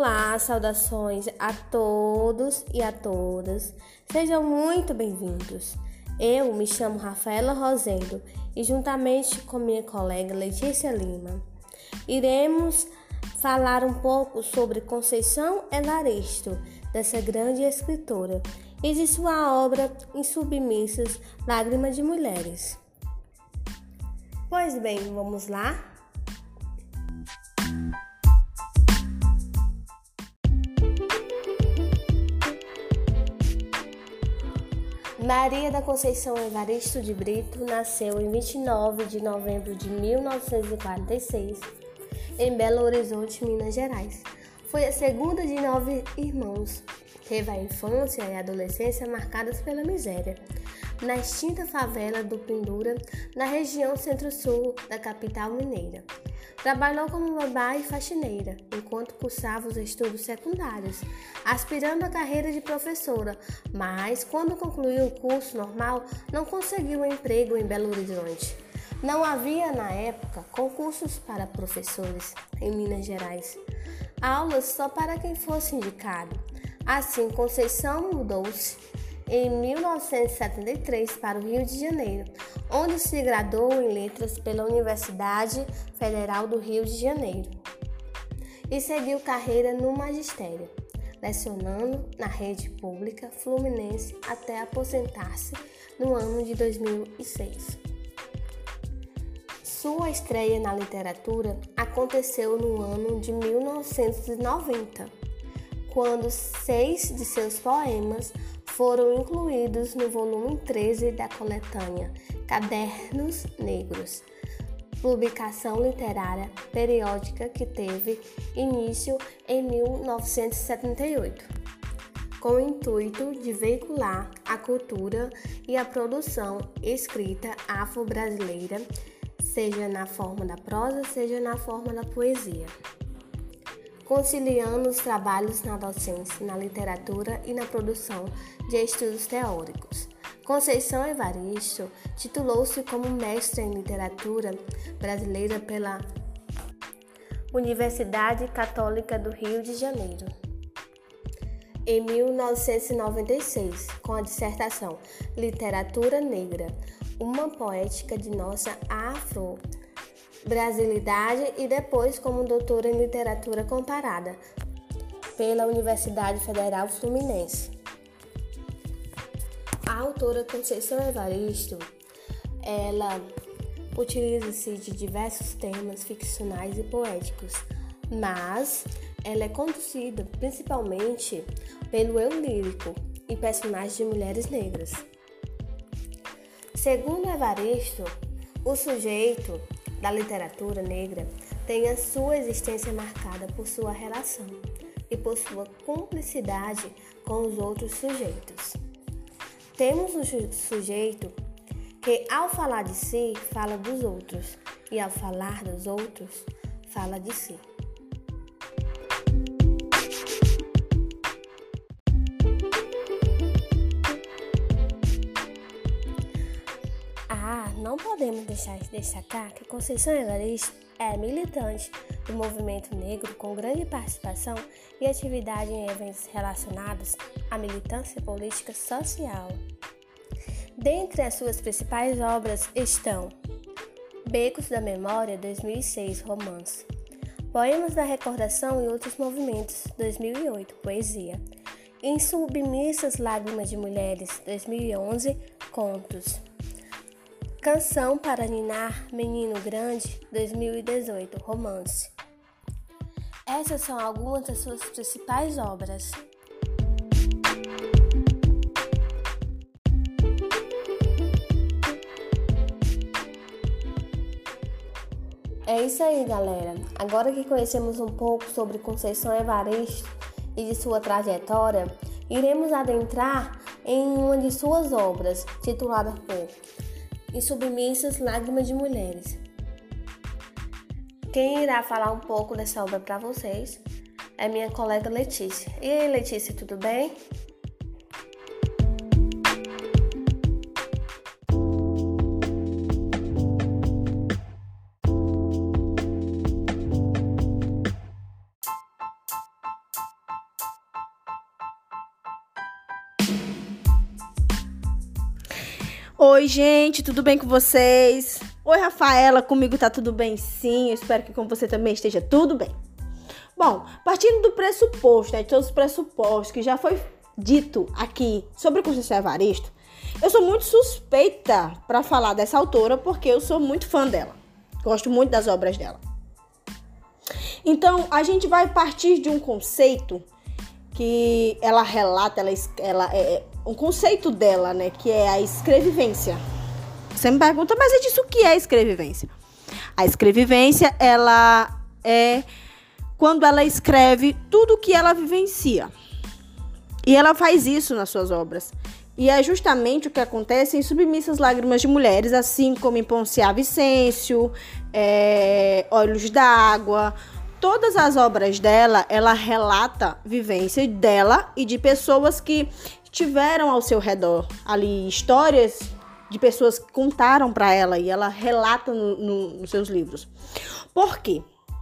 Olá, saudações a todos e a todas. Sejam muito bem-vindos. Eu me chamo Rafaela Rosendo e juntamente com minha colega Letícia Lima, iremos falar um pouco sobre Conceição Evaristo, dessa grande escritora, e de sua obra Insubmissas, Lágrimas de Mulheres. Pois bem, vamos lá? Maria da Conceição Evaristo de Brito nasceu em 29 de novembro de 1946, em Belo Horizonte, Minas Gerais. Foi a segunda de 9 irmãos. Teve a infância e a adolescência marcadas pela miséria, na extinta favela do Pindura, na região centro-sul da capital mineira. Trabalhou como babá e faxineira, enquanto cursava os estudos secundários, aspirando à carreira de professora, mas quando concluiu o curso normal, não conseguiu um emprego em Belo Horizonte. Não havia, na época, concursos para professores em Minas Gerais. Aulas só para quem fosse indicado. Assim, Conceição mudou-se em 1973 para o Rio de Janeiro, onde se graduou em Letras pela Universidade Federal do Rio de Janeiro e seguiu carreira no magistério, lecionando na rede pública fluminense até aposentar-se no ano de 2006. Sua estreia na literatura aconteceu no ano de 1990, quando 6 de seus poemas foram incluídos no volume 13 da coletânea Cadernos Negros, publicação literária periódica que teve início em 1978, com o intuito de veicular a cultura e a produção escrita afro-brasileira, seja na forma da prosa, seja na forma da poesia, conciliando os trabalhos na docência, na literatura e na produção de estudos teóricos. Conceição Evaristo titulou-se como mestra em literatura brasileira pela Universidade Católica do Rio de Janeiro em 1996, com a dissertação Literatura Negra, uma poética de nossa afro-brasilidade, e depois como doutora em literatura comparada pela Universidade Federal Fluminense. A autora Conceição Evaristo, ela utiliza-se de diversos temas ficcionais e poéticos, mas ela é conduzida principalmente pelo eu lírico e personagens de mulheres negras. Segundo Evaristo, o sujeito da literatura negra tem a sua existência marcada por sua relação e por sua cumplicidade com os outros sujeitos. Temos um sujeito que, ao falar de si, fala dos outros, e ao falar dos outros, fala de si. Não podemos deixar de destacar que Conceição Evaristo é militante do movimento negro com grande participação e atividade em eventos relacionados à militância política social. Dentre as suas principais obras estão Becos da Memória, 2006, romance; Poemas da Recordação e Outros Movimentos, 2008, poesia; Insubmissas, Lágrimas de Mulheres, 2011, contos; Canção para Ninar, Menino Grande, 2018, romance. Essas são algumas das suas principais obras. É isso aí, galera. Agora que conhecemos um pouco sobre Conceição Evaristo e de sua trajetória, iremos adentrar em uma de suas obras, titulada por Insubmissas, Lágrimas de Mulheres. Quem irá falar um pouco dessa obra para vocês é minha colega Letícia. E aí, Letícia, tudo bem? Oi, gente, tudo bem com vocês? Oi, Rafaela, comigo tá tudo bem sim, eu espero que com você também esteja tudo bem. Bom, partindo do pressuposto, de todos os pressupostos que já foi dito aqui sobre Conceição Evaristo, eu sou muito suspeita para falar dessa autora porque eu sou muito fã dela, gosto muito das obras dela. Então, a gente vai partir de um conceito que ela relata, um conceito dela, né, que é a escrevivência. Você me pergunta, mas é disso que é a escrevivência? A escrevivência, ela é quando ela escreve tudo o que ela vivencia. E ela faz isso nas suas obras. E é justamente o que acontece em Submissas Lágrimas de Mulheres, assim como em Ponciá Vicêncio, Olhos d'Água. Todas as obras dela, ela relata vivência dela e de pessoas que estiveram ao seu redor. Ali, histórias de pessoas que contaram para ela e ela relata nos seus livros. Por quê?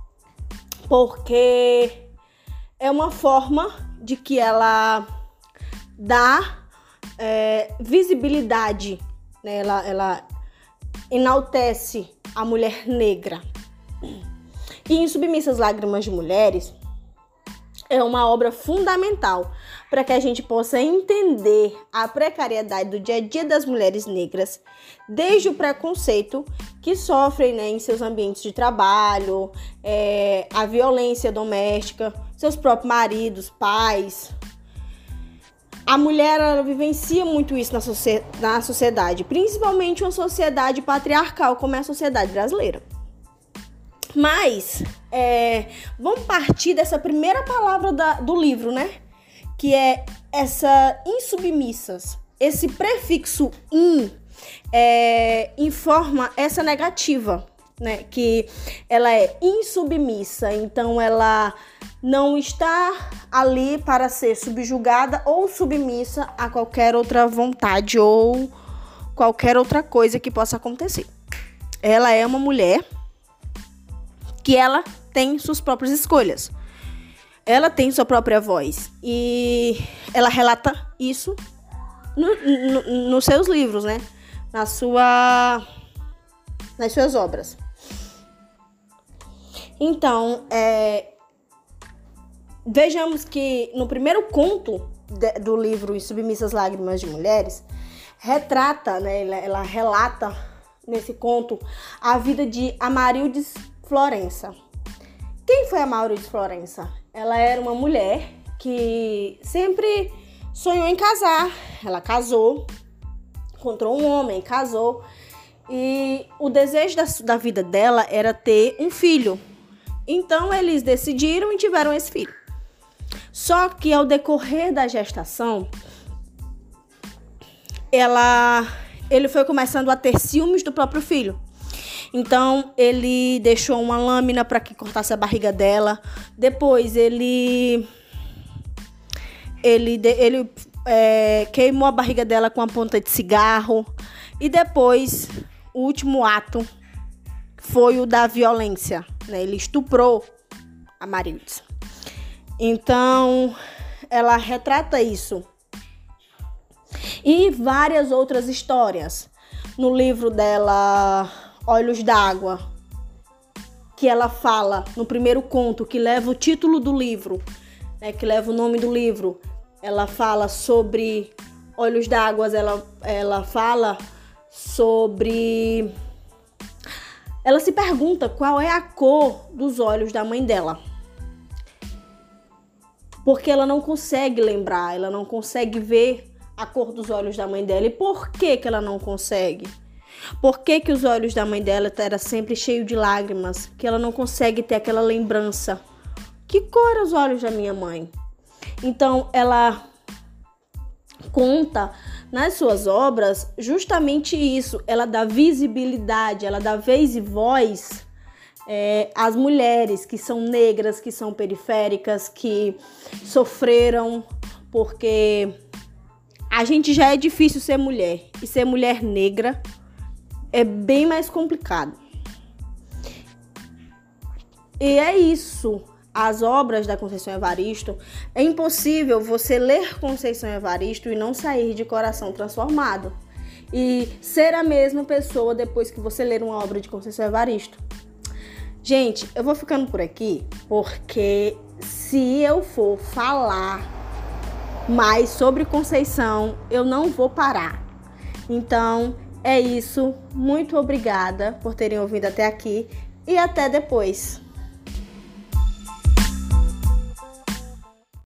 Porque é uma forma de que ela dá visibilidade, né? Ela enaltece a mulher negra. E em Submissas Lágrimas de Mulheres é uma obra fundamental para que a gente possa entender a precariedade do dia a dia das mulheres negras, desde o preconceito que sofrem, né, em seus ambientes de trabalho, a violência doméstica, seus próprios maridos, pais. A mulher ela vivencia muito isso na sociedade, principalmente uma sociedade patriarcal como é a sociedade brasileira. Mas, vamos partir dessa primeira palavra do livro, né? Que é essa insubmissas. Esse prefixo in informa essa negativa, né? Que ela é insubmissa, então ela não está ali para ser subjugada ou submissa a qualquer outra vontade ou qualquer outra coisa que possa acontecer. Ela é uma mulher que ela tem suas próprias escolhas. Ela tem sua própria voz. E ela relata isso nos seus livros, né? Nas suas obras. Então, vejamos que no primeiro conto do livro Submissas Lágrimas de Mulheres, retrata, né? Ela relata nesse conto a vida de Amarildes Florença. Quem foi Amarildes Florença? Ela era uma mulher que sempre sonhou em casar. Ela casou, encontrou um homem, casou. E o desejo da vida dela era ter um filho. Então, eles decidiram e tiveram esse filho. Só que ao decorrer da gestação, ele foi começando a ter ciúmes do próprio filho. Então, ele deixou uma lâmina para que cortasse a barriga dela. Depois, ele queimou a barriga dela com a ponta de cigarro. E depois, o último ato foi o da violência, né? Ele estuprou a Amarildes. Então, ela retrata isso. E várias outras histórias. No livro dela, Olhos d'Água, que ela fala no primeiro conto, que leva o título do livro, né, que leva o nome do livro. Ela fala sobre Olhos d'Água, ela fala sobre... Ela se pergunta qual é a cor dos olhos da mãe dela. Porque ela não consegue lembrar, ela não consegue ver a cor dos olhos da mãe dela. E por que ela não consegue? Por que os olhos da mãe dela eram sempre cheios de lágrimas? Que ela não consegue ter aquela lembrança. Que cor eram os olhos da minha mãe? Então, ela conta nas suas obras justamente isso. Ela dá visibilidade, ela dá vez e voz às mulheres que são negras, que são periféricas, que sofreram, porque a gente já é difícil ser mulher. E ser mulher negra é bem mais complicado. E é isso. As obras da Conceição Evaristo, é impossível você ler Conceição Evaristo e não sair de coração transformado. e ser a mesma pessoa depois que você ler uma obra de Conceição Evaristo. Gente, eu vou ficando por aqui porque se eu for falar mais sobre Conceição, eu não vou parar. Então, é isso. Muito obrigada por terem ouvido até aqui e até depois.